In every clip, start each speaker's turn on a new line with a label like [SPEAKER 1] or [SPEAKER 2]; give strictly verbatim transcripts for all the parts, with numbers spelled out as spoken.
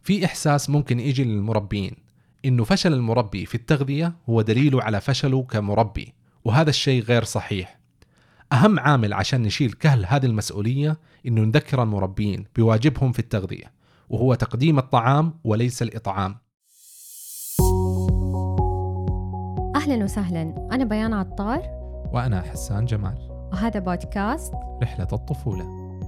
[SPEAKER 1] في إحساس ممكن يجي للمربين إنه فشل المربي في التغذية هو دليله على فشله كمربي، وهذا الشيء غير صحيح. أهم عامل عشان نشيل كهل هذه المسؤولية إنه نذكر المربين بواجبهم في التغذية، وهو تقديم الطعام وليس الإطعام.
[SPEAKER 2] أهلا وسهلا، أنا بيان عطار
[SPEAKER 1] وأنا حسان جمال،
[SPEAKER 2] وهذا بودكاست
[SPEAKER 1] رحلة الطفولة.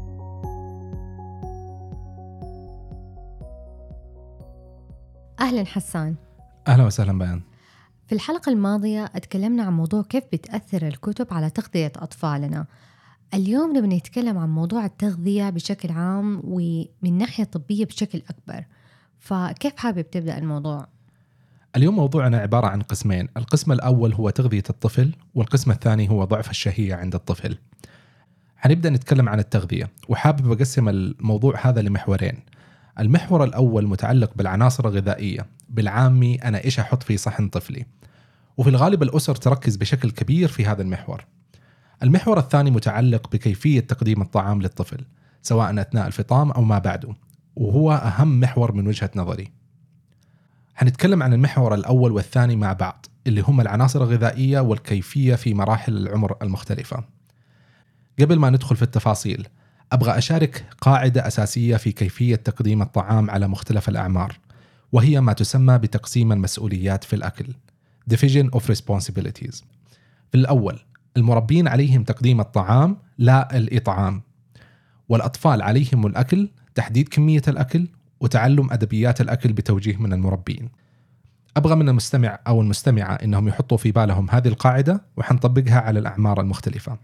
[SPEAKER 2] أهلا حسان.
[SPEAKER 1] أهلا وسهلا بيان.
[SPEAKER 2] في الحلقة الماضية اتكلمنا عن موضوع كيف بتأثر الكتب على تغذية أطفالنا. اليوم نبي نتكلم عن موضوع التغذية بشكل عام ومن ناحية طبية بشكل أكبر. فكيف حابب تبدأ الموضوع؟
[SPEAKER 1] اليوم موضوعنا عبارة عن قسمين، القسم الأول هو تغذية الطفل، والقسم الثاني هو ضعف الشهية عند الطفل. هنبدأ نتكلم عن التغذية، وحابب أقسم الموضوع هذا لمحورين. المحور الأول متعلق بالعناصر الغذائية، بالعامي أنا إيش أحط في صحن طفلي، وفي الغالب الأسر تركز بشكل كبير في هذا المحور. المحور الثاني متعلق بكيفية تقديم الطعام للطفل، سواء أثناء الفطام أو ما بعده، وهو أهم محور من وجهة نظري. هنتكلم عن المحور الأول والثاني مع بعض، اللي هم العناصر الغذائية والكيفية في مراحل العمر المختلفة. قبل ما ندخل في التفاصيل، أبغى أشارك قاعدة أساسية في كيفية تقديم الطعام على مختلف الأعمار، وهي ما تسمى بتقسيم المسؤوليات في الأكل Division of Responsibilities. في الأول، المربين عليهم تقديم الطعام لا الإطعام، والأطفال عليهم الأكل، تحديد كمية الأكل، وتعلم أدبيات الأكل بتوجيه من المربين. أبغى من المستمع أو المستمعة إنهم يحطوا في بالهم هذه القاعدة، وحنطبقها على الأعمار المختلفة.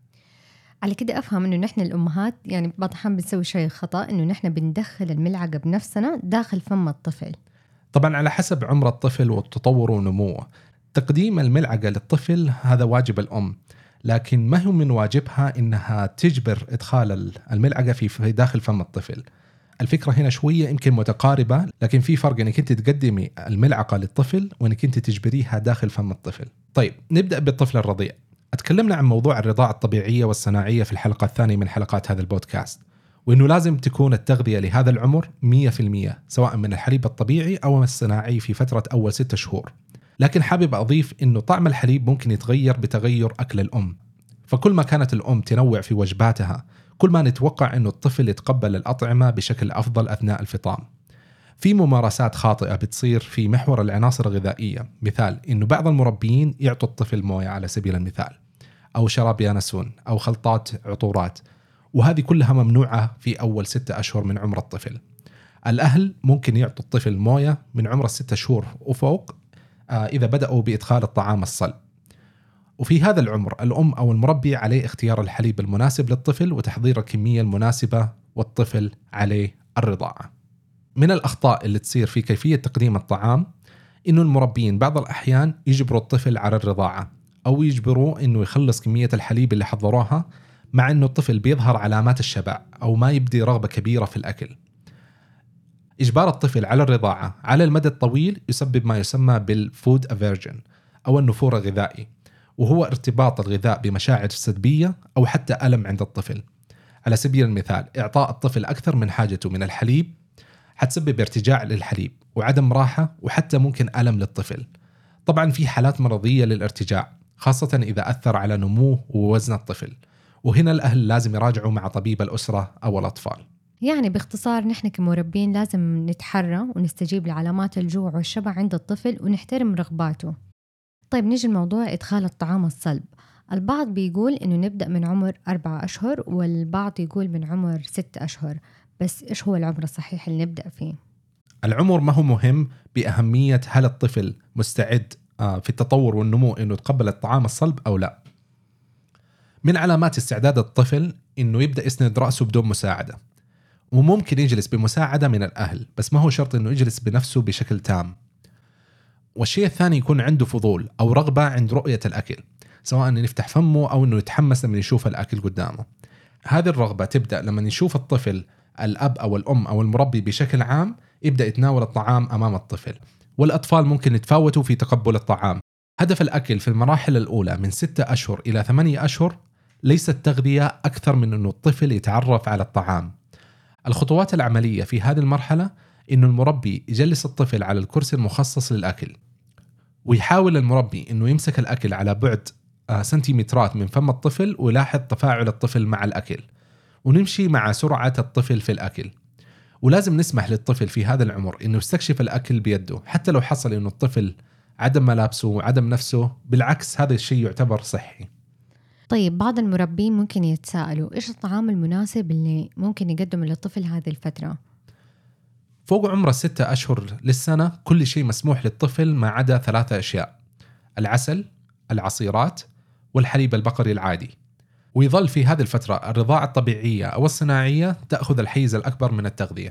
[SPEAKER 2] على كده أفهم إنه نحن الأمهات يعني بعض الأحيان بنسوي شيء خطأ، إنه نحن بندخل الملعقة بنفسنا داخل فم الطفل.
[SPEAKER 1] طبعا على حسب عمر الطفل وتطوره ونموه. تقديم الملعقة للطفل هذا واجب الأم، لكن ما هو من واجبها إنها تجبر إدخال الملعقة في داخل فم الطفل. الفكرة هنا شوية يمكن متقاربة، لكن في فرق إنك أنت تقدمي الملعقة للطفل وإنك أنت تجبريها داخل فم الطفل. طيب نبدأ بالطفل الرضيع. اتكلمنا عن موضوع الرضاعة الطبيعية والصناعية في الحلقة الثانية من حلقات هذا البودكاست، وإنه لازم تكون التغذية لهذا العمر مية في المية، سواء من الحليب الطبيعي أو الصناعي في فترة أول ستة شهور. لكن حابب أضيف إنه طعم الحليب ممكن يتغير بتغير أكل الأم، فكل ما كانت الأم تنوع في وجباتها، كل ما نتوقع إنه الطفل يتقبل الأطعمة بشكل أفضل أثناء الفطام. في ممارسات خاطئة بتصير في محور العناصر الغذائية، مثال إنه بعض المربيين يعطوا الطفل موية على سبيل المثال، أو شراب يانسون، أو خلطات عطورات، وهذه كلها ممنوعة في أول ستة أشهر من عمر الطفل. الأهل ممكن يعطوا الطفل موية من عمر الستة شهور وفوق آه إذا بدأوا بإدخال الطعام الصلب. وفي هذا العمر الأم أو المربي عليه اختيار الحليب المناسب للطفل وتحضير الكمية المناسبة، والطفل عليه الرضاعة. من الأخطاء اللي تصير في كيفية تقديم الطعام إنه المربين بعض الأحيان يجبروا الطفل على الرضاعة، أو يجبروه إنه يخلص كمية الحليب اللي حضروها، مع إنه الطفل بيظهر علامات الشبع أو ما يبدي رغبة كبيرة في الأكل. إجبار الطفل على الرضاعة على المدى الطويل يسبب ما يسمى بالفود أفيرجن أو النفور الغذائي، وهو ارتباط الغذاء بمشاعر سلبية أو حتى ألم عند الطفل. على سبيل المثال، إعطاء الطفل أكثر من حاجته من الحليب حتسبب ارتجاع للحليب وعدم راحة وحتى ممكن ألم للطفل. طبعا في حالات مرضية للارتجاع، خاصة إذا أثر على نموه ووزن الطفل، وهنا الأهل لازم يراجعوا مع طبيب الأسرة أو الأطفال.
[SPEAKER 2] يعني باختصار نحن كمربين لازم نتحرى ونستجيب لعلامات الجوع والشبع عند الطفل ونحترم رغباته. طيب نيجي الموضوع إدخال الطعام الصلب. البعض بيقول إنه نبدأ من عمر أربعة أشهر، والبعض يقول من عمر ستة أشهر، بس إيش هو العمر الصحيح اللي نبدأ فيه؟
[SPEAKER 1] العمر ما هو مهم بأهمية هل الطفل مستعد في التطور والنمو إنه يتقبل الطعام الصلب أو لا. من علامات استعداد الطفل إنه يبدأ يسند رأسه بدون مساعدة، وممكن يجلس بمساعدة من الأهل، بس ما هو شرط إنه يجلس بنفسه بشكل تام. والشيء الثاني يكون عنده فضول أو رغبة عند رؤية الأكل، سواء إنه يفتح فمه أو إنه يتحمس لما يشوف الأكل قدامه. هذه الرغبة تبدأ لما يشوف الطفل الأب أو الأم أو المربي بشكل عام يبدأ يتناول الطعام أمام الطفل. والأطفال ممكن يتفاوتوا في تقبل الطعام. هدف الأكل في المراحل الأولى من ستة أشهر إلى ثمانية أشهر ليس التغذية أكثر من أنه الطفل يتعرف على الطعام. الخطوات العملية في هذه المرحلة إنه المربي يجلس الطفل على الكرسي المخصص للأكل، ويحاول المربي إنه يمسك الأكل على بعد سنتيمترات من فم الطفل ويلاحظ تفاعل الطفل مع الأكل، ونمشي مع سرعة الطفل في الأكل. ولازم نسمح للطفل في هذا العمر إنه يستكشف الأكل بيده، حتى لو حصل إنه الطفل عدم ملابسه وعدم نفسه، بالعكس هذا الشيء يعتبر صحي.
[SPEAKER 2] طيب بعض المربين ممكن يتساءلوا إيش الطعام المناسب اللي ممكن يقدمه للطفل هذه الفترة؟
[SPEAKER 1] فوق عمر الستة أشهر للسنة كل شيء مسموح للطفل ما عدا ثلاثة أشياء: العسل، العصيرات، والحليب البقري العادي. ويظل في هذه الفترة الرضاعة الطبيعية أو الصناعية تأخذ الحيز الأكبر من التغذية.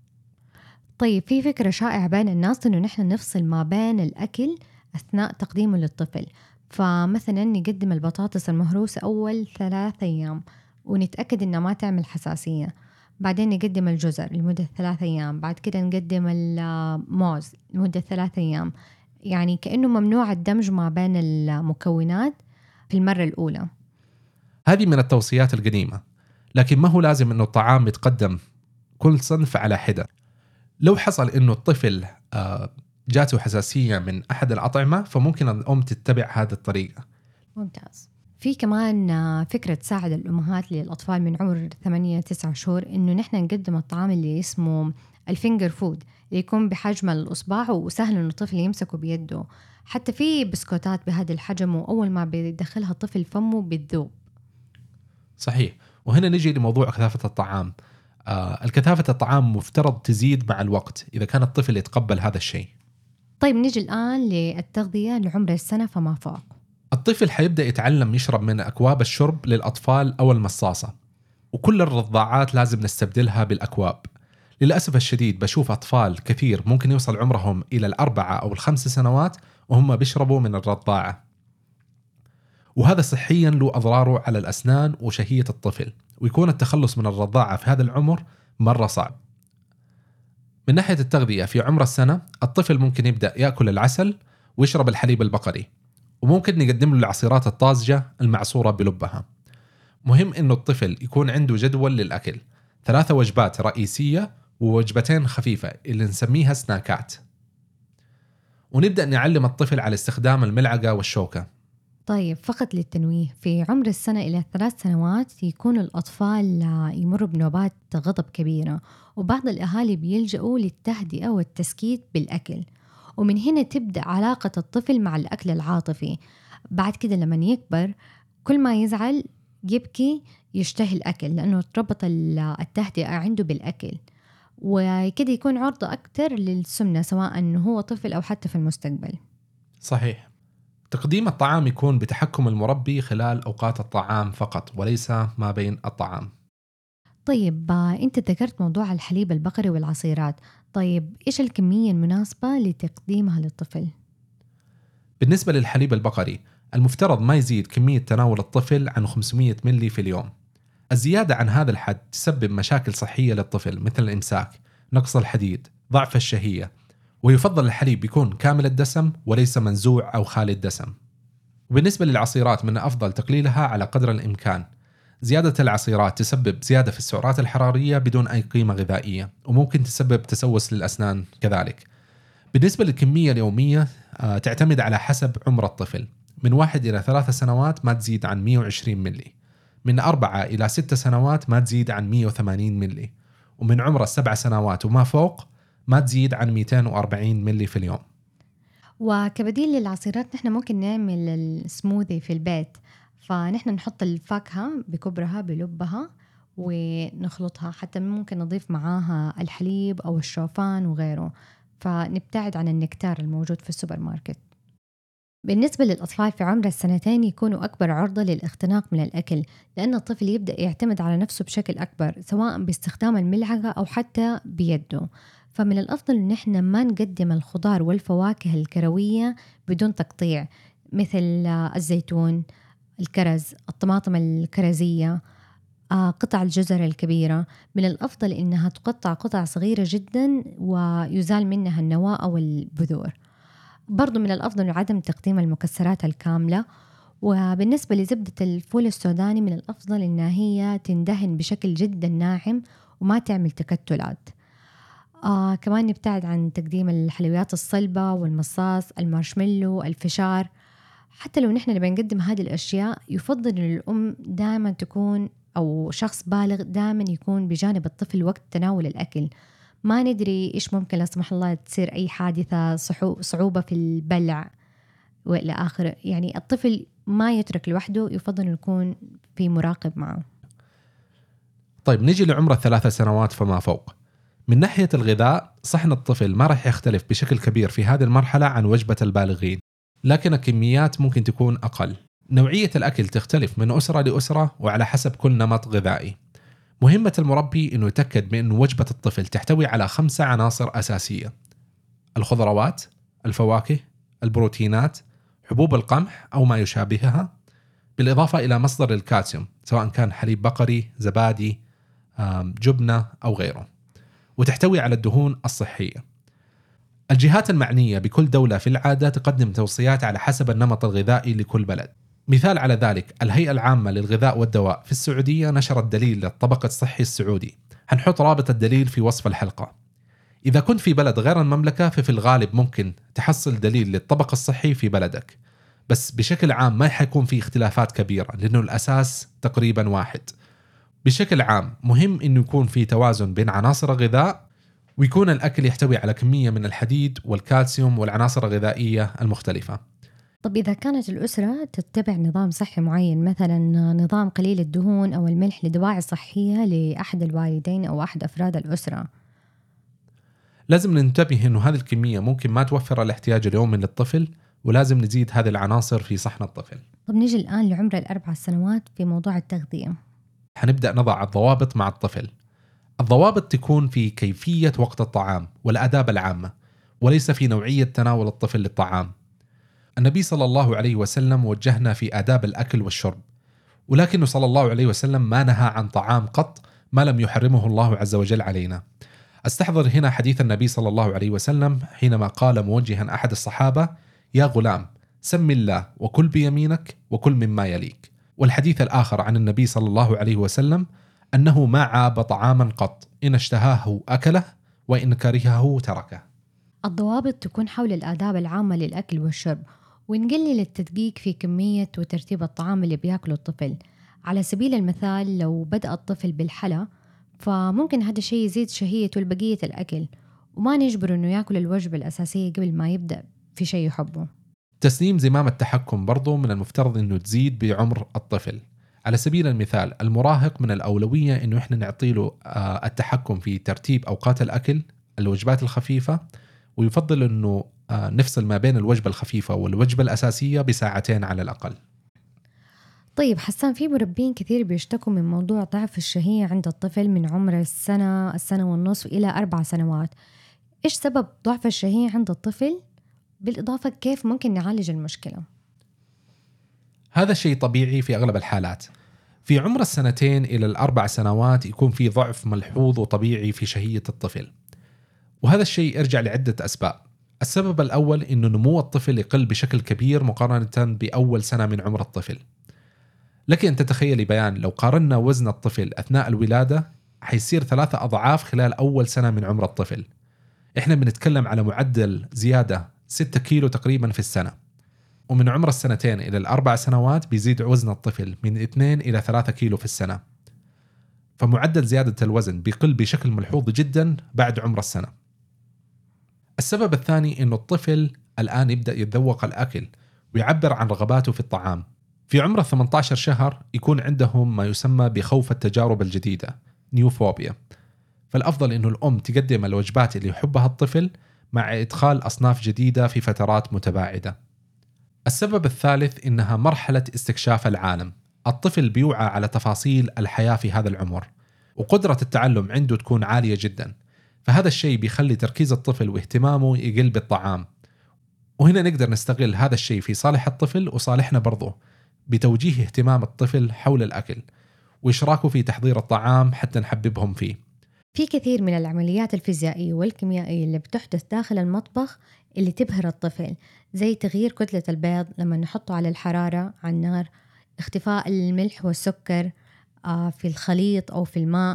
[SPEAKER 2] طيب في فكرة شائعة بين الناس إنه نحن نفصل ما بين الأكل أثناء تقديمه للطفل، فمثلا نقدم البطاطس المهروسة أول ثلاث أيام ونتأكد إنها ما تعمل حساسية، بعدين نقدم الجزر لمدة ثلاث أيام، بعد كده نقدم الموز لمدة ثلاث أيام. يعني كأنه ممنوع الدمج ما بين المكونات في المرة الأولى.
[SPEAKER 1] هذه من التوصيات القديمة، لكن ما هو لازم إنه الطعام يتقدم كل صنف على حدة. لو حصل إنه الطفل جاته حساسية من أحد الأطعمة فممكن الأم تتبع هذه الطريقة.
[SPEAKER 2] ممتاز. في كمان فكرة تساعد الأمهات للأطفال من عمر ثمانية تسعة شهور إنه نحن نقدم الطعام اللي اسمه الفينجر فود، اللي يكون بحجم الأصبع وسهل إنه الطفل يمسكه بيده. حتى في بسكوتات بهذا الحجم وأول ما بيدخلها الطفل فمه بتذوب.
[SPEAKER 1] صحيح. وهنا نجي لموضوع كثافة الطعام. آه الكثافة الطعام مفترض تزيد مع الوقت إذا كان الطفل يتقبل هذا الشيء.
[SPEAKER 2] طيب نجي الآن للتغذية لعمر السنة فما فوق.
[SPEAKER 1] الطفل حيبدأ يتعلم يشرب من أكواب الشرب للأطفال أو المصاصة، وكل الرضاعات لازم نستبدلها بالأكواب. للأسف الشديد بشوف أطفال كثير ممكن يوصل عمرهم إلى الأربعة أو الخمس سنوات وهم بيشربوا من الرضاعة، وهذا صحيا له أضراره على الأسنان وشهية الطفل، ويكون التخلص من الرضاعة في هذا العمر مرة صعب. من ناحية التغذية في عمر السنة الطفل ممكن يبدأ يأكل العسل ويشرب الحليب البقري، وممكن نقدم له العصيرات الطازجة المعصورة بلبها. مهم إنه الطفل يكون عنده جدول للأكل، ثلاثة وجبات رئيسية ووجبتين خفيفة اللي نسميها سناكات، ونبدأ نعلم الطفل على استخدام الملعقة والشوكة.
[SPEAKER 2] طيب فقط للتنويه، في عمر السنة إلى ثلاث سنوات يكون الأطفال يمروا بنوبات غضب كبيرة، وبعض الأهالي بيلجأوا للتهدئة والتسكيت بالأكل، ومن هنا تبدأ علاقة الطفل مع الأكل العاطفي. بعد كده لما يكبر كل ما يزعل يبكي يشتهي الأكل لأنه تربط التهدئة عنده بالأكل، وكده يكون عرضة أكتر للسمنة سواء هو طفل أو حتى في المستقبل.
[SPEAKER 1] صحيح. تقديم الطعام يكون بتحكم المربي خلال أوقات الطعام فقط وليس ما بين الطعام.
[SPEAKER 2] طيب أنت ذكرت موضوع الحليب البقري والعصيرات، طيب إيش الكمية المناسبة لتقديمها للطفل؟
[SPEAKER 1] بالنسبة للحليب البقري المفترض ما يزيد كمية تناول الطفل عن خمسمية ملي في اليوم. الزيادة عن هذا الحد تسبب مشاكل صحية للطفل مثل الإمساك، نقص الحديد، ضعف الشهية، ويفضل الحليب يكون كامل الدسم وليس منزوع أو خالي الدسم. وبالنسبة للعصيرات من الأفضل تقليلها على قدر الإمكان. زيادة العصيرات تسبب زيادة في السعرات الحرارية بدون أي قيمة غذائية، وممكن تسبب تسوس للأسنان كذلك. بالنسبة للكمية اليومية تعتمد على حسب عمر الطفل، من واحد إلى ثلاثة سنوات ما تزيد عن مئة وعشرين ملي، من أربعة إلى ستة سنوات ما تزيد عن مئة وثمانين ملي، ومن عمر السبع سنوات وما فوق ما تزيد عن مئتين وأربعين ملي في اليوم.
[SPEAKER 2] وكبديل للعصيرات نحن ممكن نعمل السموذي في البيت، فنحن نحط الفاكهة بكبرها بلبها ونخلطها، حتى ممكن نضيف معاها الحليب أو الشوفان وغيره، فنبتعد عن النكتار الموجود في السوبر ماركت. بالنسبة للأطفال في عمر السنتين يكونوا أكبر عرضة للاختناق من الأكل، لأن الطفل يبدأ يعتمد على نفسه بشكل أكبر سواء باستخدام الملعقة أو حتى بيده، فمن الأفضل إن إحنا ما نقدم الخضار والفواكه الكروية بدون تقطيع، مثل الزيتون، الكرز، الطماطم الكرزية، قطع الجزر الكبيرة. من الأفضل إنها تقطع قطع صغيرة جدا ويزال منها النواة أو البذور. برضو من الأفضل عدم تقديم المكسرات الكاملة. وبالنسبة لزبدة الفول السوداني من الأفضل إنها هي تندهن بشكل جدا ناعم وما تعمل تكتلات. آه كمان نبتعد عن تقديم الحلويات الصلبة والمصاص، المارشميلو، الفشار. حتى لو نحن نبي نقدم هذه الأشياء، يفضل إن الأم دائما تكون أو شخص بالغ دائما يكون بجانب الطفل وقت تناول الأكل. ما ندري إيش ممكن لا سمح الله تصير أي حادثة، صعوبة في البلع وإلى آخره. يعني الطفل ما يترك لوحده، يفضل أن يكون في مراقب معه.
[SPEAKER 1] طيب نيجي لعمر الثلاثة سنوات فما فوق. من ناحية الغذاء، صحن الطفل ما راح يختلف بشكل كبير في هذه المرحلة عن وجبة البالغين، لكن الكميات ممكن تكون أقل. نوعية الأكل تختلف من أسرة لأسرة وعلى حسب كل نمط غذائي. مهمة المربي أنه يتأكد من أن وجبة الطفل تحتوي على خمسة عناصر أساسية: الخضروات، الفواكه، البروتينات، حبوب القمح أو ما يشابهها، بالإضافة إلى مصدر الكالسيوم سواء كان حليب بقري، زبادي، جبنة أو غيره، وتحتوي على الدهون الصحية. الجهات المعنية بكل دولة في العادة تقدم توصيات على حسب النمط الغذائي لكل بلد. مثال على ذلك الهيئة العامة للغذاء والدواء في السعودية نشرت دليل للطبق الصحي السعودي. هنحط رابط الدليل في وصف الحلقة. إذا كنت في بلد غير المملكة ففي الغالب ممكن تحصل دليل للطبق الصحي في بلدك، بس بشكل عام ما حيكون في اختلافات كبيرة لأنه الأساس تقريبا واحد. بشكل عام مهم إنه يكون في توازن بين عناصر الغذاء، ويكون الأكل يحتوي على كمية من الحديد والكالسيوم والعناصر الغذائية المختلفة.
[SPEAKER 2] طب إذا كانت الأسرة تتبع نظام صحي معين، مثلا نظام قليل الدهون أو الملح لدواعي صحية لأحد الوالدين أو أحد أفراد الأسرة،
[SPEAKER 1] لازم ننتبه إنه هذه الكمية ممكن ما توفر الاحتياج اليومي للطفل، ولازم نزيد هذه العناصر في صحن الطفل.
[SPEAKER 2] طب نيجي الآن لعمر الأربع سنوات في موضوع التغذية.
[SPEAKER 1] حنبدأ نضع الضوابط مع الطفل. الضوابط تكون في كيفية وقت الطعام والآداب العامة، وليس في نوعية تناول الطفل للطعام. النبي صلى الله عليه وسلم وجهنا في آداب الأكل والشرب، ولكنه صلى الله عليه وسلم ما نهى عن طعام قط ما لم يحرمه الله عز وجل علينا. استحضر هنا حديث النبي صلى الله عليه وسلم حينما قال موجها أحد الصحابة: يا غلام سم الله وكل بيمينك وكل مما يليك. والحديث الآخر عن النبي صلى الله عليه وسلم أنه ما عاب طعاما قط، إن اشتهاه أكله وإن كرهه تركه.
[SPEAKER 2] الضوابط تكون حول الآداب العامة للأكل والشرب، ونقلل التدقيق في كمية وترتيب الطعام اللي بياكله الطفل. على سبيل المثال لو بدأ الطفل بالحلا، فممكن هذا الشيء يزيد شهيته لبقية الأكل، وما نجبره إنه يأكل الوجبة الأساسية قبل ما يبدأ في شيء يحبه.
[SPEAKER 1] تسليم زمام التحكم برضو من المفترض إنه تزيد بعمر الطفل. على سبيل المثال المراهق من الأولوية إنه إحنا نعطيله التحكم في ترتيب أوقات الأكل، الوجبات الخفيفة، ويفضل إنه نفصل ما بين الوجبة الخفيفة والوجبة الأساسية بساعتين على الأقل.
[SPEAKER 2] طيب حسان، في مربين كثير بيشتكوا من موضوع ضعف الشهية عند الطفل من عمر السنة السنة والنصف إلى أربع سنوات. إيش سبب ضعف الشهية عند الطفل؟ بالإضافة كيف ممكن نعالج المشكلة؟
[SPEAKER 1] هذا الشيء طبيعي في أغلب الحالات. في عمر السنتين إلى الأربع سنوات يكون في ضعف ملحوظ وطبيعي في شهية الطفل، وهذا الشيء يرجع لعدة أسباب. السبب الأول إنه نمو الطفل يقل بشكل كبير مقارنة بأول سنة من عمر الطفل. لك أن تتخيلي بيان لو قارنا وزن الطفل أثناء الولادة حيصير ثلاثة أضعاف خلال أول سنة من عمر الطفل. إحنا بنتكلم على معدل زيادة ستة كيلو تقريبا في السنة، ومن عمر السنتين إلى الأربع سنوات بيزيد وزن الطفل من اثنين إلى ثلاثة كيلو في السنة، فمعدل زيادة الوزن بيقل بشكل ملحوظ جدا بعد عمر السنة. السبب الثاني إنه الطفل الآن يبدأ يتذوق الأكل ويعبر عن رغباته في الطعام. في عمر ثمانية عشر شهر يكون عندهم ما يسمى بخوف التجارب الجديدة، نيوفوبيا. فالأفضل إنه الأم تقدم الوجبات اللي يحبها الطفل مع إدخال أصناف جديدة في فترات متباعدة. السبب الثالث إنها مرحلة استكشاف العالم. الطفل بيوعى على تفاصيل الحياة في هذا العمر، وقدرة التعلم عنده تكون عالية جدا، فهذا الشيء بيخلي تركيز الطفل واهتمامه يقل بالطعام. وهنا نقدر نستغل هذا الشيء في صالح الطفل وصالحنا برضه بتوجيه اهتمام الطفل حول الأكل وإشراكه في تحضير الطعام حتى نحببهم فيه.
[SPEAKER 2] في كثير من العمليات الفيزيائية والكيميائية اللي بتحدث داخل المطبخ اللي تبهر الطفل، زي تغيير كتلة البيض لما نحطه على الحرارة على النار، اختفاء الملح والسكر في الخليط أو في الماء،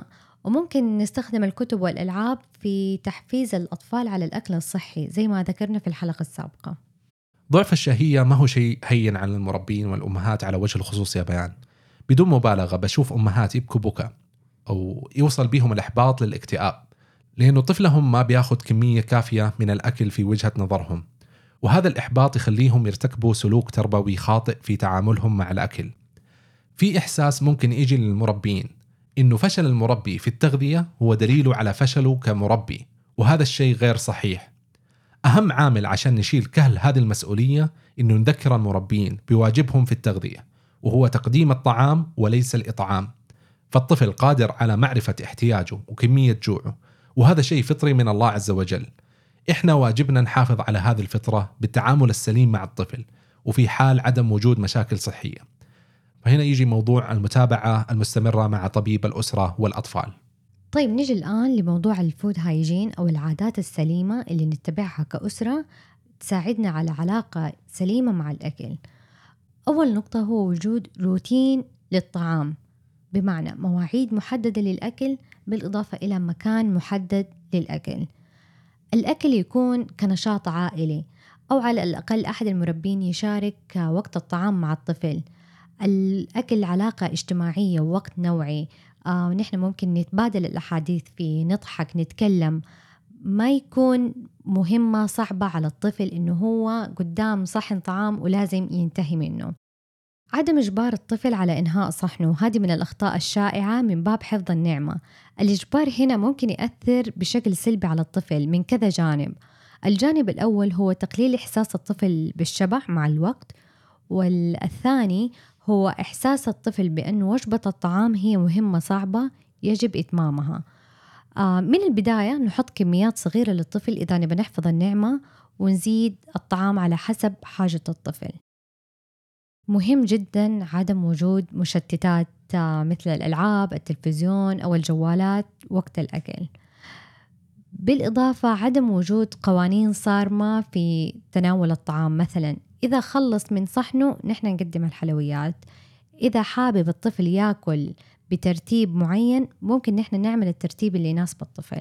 [SPEAKER 2] وممكن نستخدم الكتب والألعاب في تحفيز الأطفال على الأكل الصحي زي ما ذكرنا في الحلقة السابقة.
[SPEAKER 1] ضعف الشهية ما هو شيء هين على المربين والأمهات على وجه الخصوص يا بيان. بدون مبالغة بشوف أمهات يبكوا بكى أو يوصل بيهم الإحباط للاكتئاب لأنه طفلهم ما بياخد كمية كافية من الأكل في وجهة نظرهم، وهذا الإحباط يخليهم يرتكبوا سلوك تربوي خاطئ في تعاملهم مع الأكل. في إحساس ممكن يجي للمربين إنه فشل المربي في التغذية هو دليله على فشله كمربي، وهذا الشيء غير صحيح. أهم عامل عشان نشيل كهل هذه المسؤولية إنه نذكر المربين بواجبهم في التغذية، وهو تقديم الطعام وليس الإطعام. فالطفل قادر على معرفة احتياجه وكمية جوعه، وهذا شيء فطري من الله عز وجل. إحنا واجبنا نحافظ على هذه الفطرة بالتعامل السليم مع الطفل، وفي حال عدم وجود مشاكل صحية. فهنا يجي موضوع المتابعة المستمرة مع طبيب الأسرة والأطفال.
[SPEAKER 2] طيب نيجي الآن لموضوع الفود هايجين أو العادات السليمة اللي نتبعها كأسرة تساعدنا على علاقة سليمة مع الأكل. أول نقطة هو وجود روتين للطعام، بمعنى مواعيد محددة للأكل بالإضافة إلى مكان محدد للأكل. الأكل يكون كنشاط عائلي، أو على الأقل أحد المربين يشارك وقت الطعام مع الطفل. الأكل علاقة اجتماعية ووقت نوعي، آه ونحن ممكن نتبادل الأحاديث فيه، نضحك، نتكلم. ما يكون مهمة صعبة على الطفل إنه هو قدام صحن طعام ولازم ينتهي منه. عدم إجبار الطفل على إنهاء صحنه، هذه من الأخطاء الشائعة من باب حفظ النعمة. الإجبار هنا ممكن يأثر بشكل سلبي على الطفل من كذا جانب. الجانب الأول هو تقليل إحساس الطفل بالشبع مع الوقت، والثاني هو إحساس الطفل بأن وجبة الطعام هي مهمة صعبة يجب إتمامها. آه من البداية نحط كميات صغيرة للطفل إذا نبي نحفظ النعمة، ونزيد الطعام على حسب حاجة الطفل. مهم جدا عدم وجود مشتتات مثل الألعاب، التلفزيون أو الجوالات وقت الأكل. بالإضافة عدم وجود قوانين صارمة في تناول الطعام، مثلا إذا خلص من صحنه نحن نقدم الحلويات. إذا حابب الطفل يأكل بترتيب معين ممكن نحن نعمل الترتيب اللي يناسب الطفل.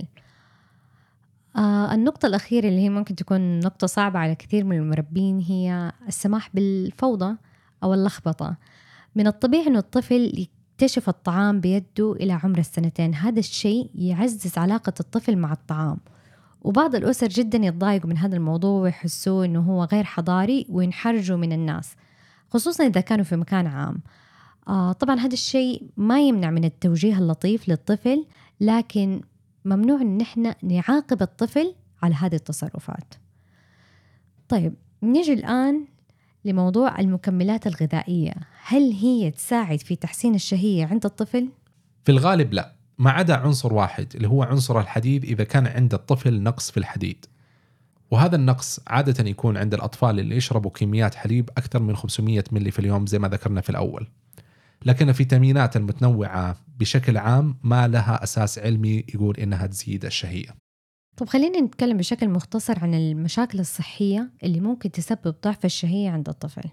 [SPEAKER 2] آه النقطة الأخيرة اللي هي ممكن تكون نقطة صعبة على كثير من المربين هي السماح بالفوضى أو اللخبطة. من الطبيعي أن الطفل يكتشف الطعام بيده إلى عمر السنتين، هذا الشيء يعزز علاقة الطفل مع الطعام. وبعض الأسر جدا يتضايقوا من هذا الموضوع ويحسوا أنه هو غير حضاري وينحرجوا من الناس، خصوصا إذا كانوا في مكان عام. آه طبعا هذا الشيء ما يمنع من التوجيه اللطيف للطفل، لكن ممنوع أن نحن نعاقب الطفل على هذه التصرفات. طيب نيجي الآن لموضوع المكملات الغذائية، هل هي تساعد في تحسين الشهية عند الطفل؟
[SPEAKER 1] في الغالب لا، ما عدا عنصر واحد اللي هو عنصر الحديد إذا كان عند الطفل نقص في الحديد، وهذا النقص عادة يكون عند الأطفال اللي يشربوا كميات حليب أكثر من خمسمية ملي في اليوم زي ما ذكرنا في الأول. لكن الفيتامينات المتنوعة بشكل عام ما لها أساس علمي يقول إنها تزيد الشهية.
[SPEAKER 2] طب خلينا نتكلم بشكل مختصر عن المشاكل الصحية اللي ممكن تسبب ضعف الشهية عند الطفل.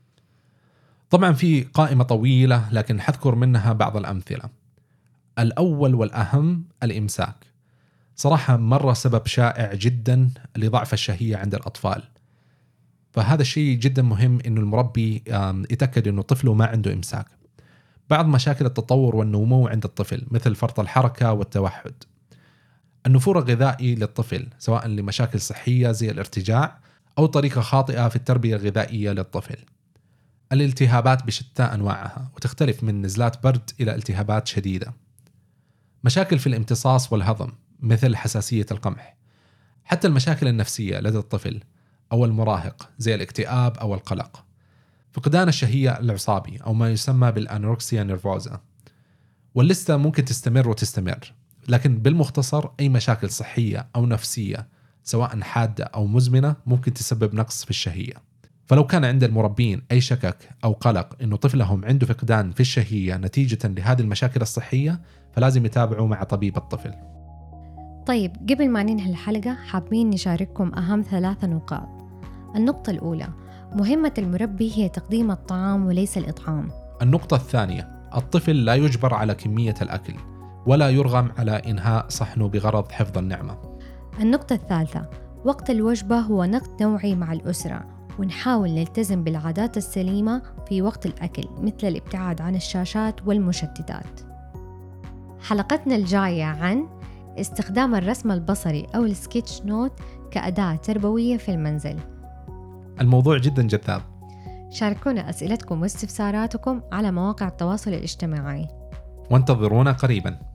[SPEAKER 1] طبعا في قائمة طويلة لكن حذكر منها بعض الأمثلة. الأول والأهم الإمساك، صراحة مرة سبب شائع جدا لضعف الشهية عند الأطفال. فهذا الشيء جدا مهم إنه المربي يتأكد إنه طفله ما عنده إمساك. بعض مشاكل التطور والنمو عند الطفل مثل فرط الحركة والتوحد. النفور الغذائي للطفل سواء لمشاكل صحية زي الارتجاع أو طريقة خاطئة في التربية الغذائية للطفل. الالتهابات بشتى أنواعها وتختلف من نزلات برد إلى التهابات شديدة. مشاكل في الامتصاص والهضم مثل حساسية القمح. حتى المشاكل النفسية لدى الطفل أو المراهق زي الاكتئاب أو القلق. فقدان الشهية العصابي أو ما يسمى بالأنوركسيا نيرفوزا. واللستة ممكن تستمر وتستمر، لكن بالمختصر أي مشاكل صحية أو نفسية سواء حادة أو مزمنة ممكن تسبب نقص في الشهية. فلو كان عند المربين أي شكك أو قلق إنه طفلهم عنده فقدان في الشهية نتيجة لهذه المشاكل الصحية فلازم يتابعوا مع طبيب الطفل.
[SPEAKER 2] طيب قبل ما ننهي الحلقة حابين نشارككم أهم ثلاثة نقاط. النقطة الأولى، مهمة المربي هي تقديم الطعام وليس الإطعام.
[SPEAKER 1] النقطة الثانية، الطفل لا يجبر على كمية الأكل، ولا يرغم على إنهاء صحنه بغرض حفظ النعمة.
[SPEAKER 2] النقطة الثالثة، وقت الوجبة هو نقد نوعي مع الأسرة، ونحاول نلتزم بالعادات السليمة في وقت الأكل مثل الابتعاد عن الشاشات والمشتتات. حلقتنا الجاية عن استخدام الرسم البصري أو السكتش نوت كأداة تربوية في المنزل.
[SPEAKER 1] الموضوع جدا جذاب.
[SPEAKER 2] شاركونا أسئلتكم واستفساراتكم على مواقع التواصل الاجتماعي،
[SPEAKER 1] وانتظرونا قريبا.